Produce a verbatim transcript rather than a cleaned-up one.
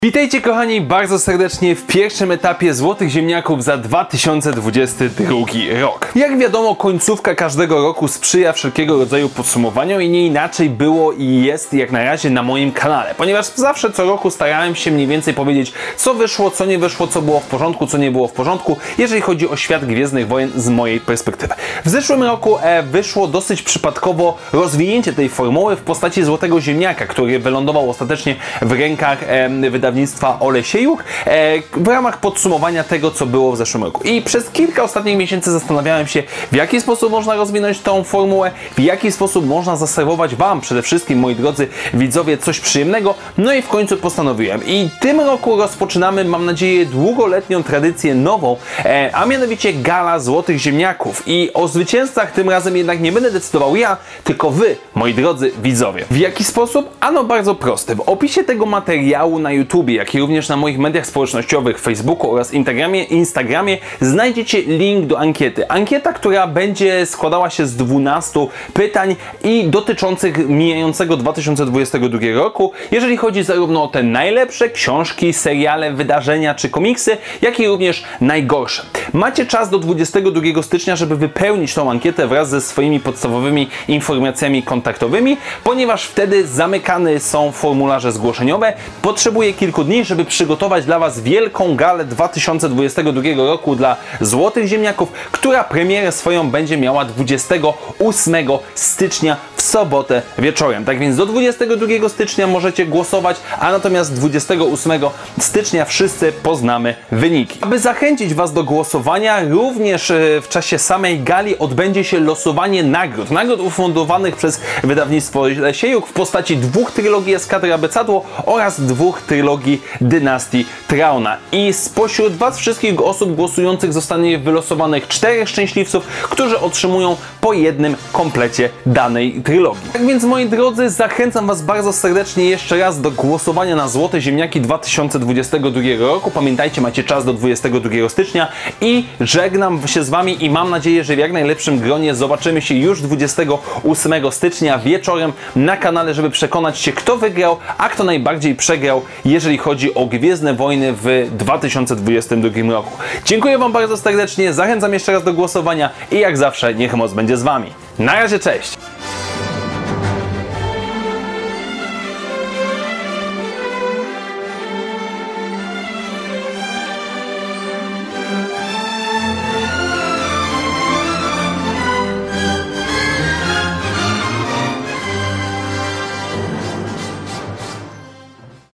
Witajcie kochani bardzo serdecznie w pierwszym etapie Złotych Ziemniaków za dwa tysiące dwudziesty drugi rok. Jak wiadomo, końcówka każdego roku sprzyja wszelkiego rodzaju podsumowaniom i nie inaczej było i jest jak na razie na moim kanale, ponieważ zawsze co roku starałem się mniej więcej powiedzieć, co wyszło, co nie wyszło, co było w porządku, co nie było w porządku, jeżeli chodzi o świat Gwiezdnych Wojen z mojej perspektywy. W zeszłym roku e, wyszło dosyć przypadkowo rozwinięcie tej formuły w postaci Złotego Ziemniaka, który wylądował ostatecznie w rękach e, wydawnictwa Olesiejuk e, w ramach podsumowania tego, co było w zeszłym roku. I przez kilka ostatnich miesięcy zastanawiałem się, w jaki sposób można rozwinąć tą formułę, w jaki sposób można zaserwować Wam, przede wszystkim moi drodzy widzowie, coś przyjemnego, no i w końcu postanowiłem. I tym roku rozpoczynamy, mam nadzieję, długoletnią tradycję nową, e, a mianowicie Gala Złotych Ziemniaków. I o zwycięzcach tym razem jednak nie będę decydował ja, tylko Wy, moi drodzy widzowie. W jaki sposób? Ano bardzo prosty. W opisie tego materiału na YouTube, jak i również na moich mediach społecznościowych, Facebooku oraz Instagramie, Instagramie znajdziecie link do ankiety. Ankieta, która będzie składała się z dwunastu pytań i dotyczących mijającego dwa tysiące dwudziestego drugiego roku, jeżeli chodzi zarówno o te najlepsze książki, seriale, wydarzenia czy komiksy, jak i również najgorsze. Macie czas do dwudziestego drugiego stycznia, żeby wypełnić tą ankietę wraz ze swoimi podstawowymi informacjami kontaktowymi, ponieważ wtedy zamykane są formularze zgłoszeniowe. Potrzebuję kilku dni, żeby przygotować dla Was wielką galę dwa tysiące dwudziestego drugiego roku dla Złotych Ziemniaków, która premierę swoją będzie miała dwudziestego ósmego stycznia w sobotę wieczorem. Tak więc do dwudziestego drugiego stycznia możecie głosować, a natomiast dwudziestego ósmego stycznia wszyscy poznamy wyniki. Aby zachęcić Was do głosowania, również w czasie samej gali odbędzie się losowanie nagród. Nagród ufundowanych przez wydawnictwo Olesiejuk w postaci dwóch trylogii Eskadry Abecadło oraz dwóch trylogii Dynastii Trauna. I spośród Was wszystkich osób głosujących zostanie wylosowanych czterech szczęśliwców, którzy otrzymują po jednym komplecie danej trylogii. Tak więc moi drodzy, zachęcam Was bardzo serdecznie jeszcze raz do głosowania na Złote Ziemniaki dwa tysiące dwudziestego drugiego roku. Pamiętajcie, macie czas do dwudziestego drugiego stycznia i żegnam się z Wami i mam nadzieję, że w jak najlepszym gronie zobaczymy się już dwudziestego ósmego stycznia wieczorem na kanale, żeby przekonać się, kto wygrał, a kto najbardziej przegrał, jeżeli chodzi o Gwiezdne Wojny w dwa tysiące dwudziestym drugim roku. Dziękuję Wam bardzo serdecznie, zachęcam jeszcze raz do głosowania i jak zawsze niech moc będzie z Wami. Na razie, cześć!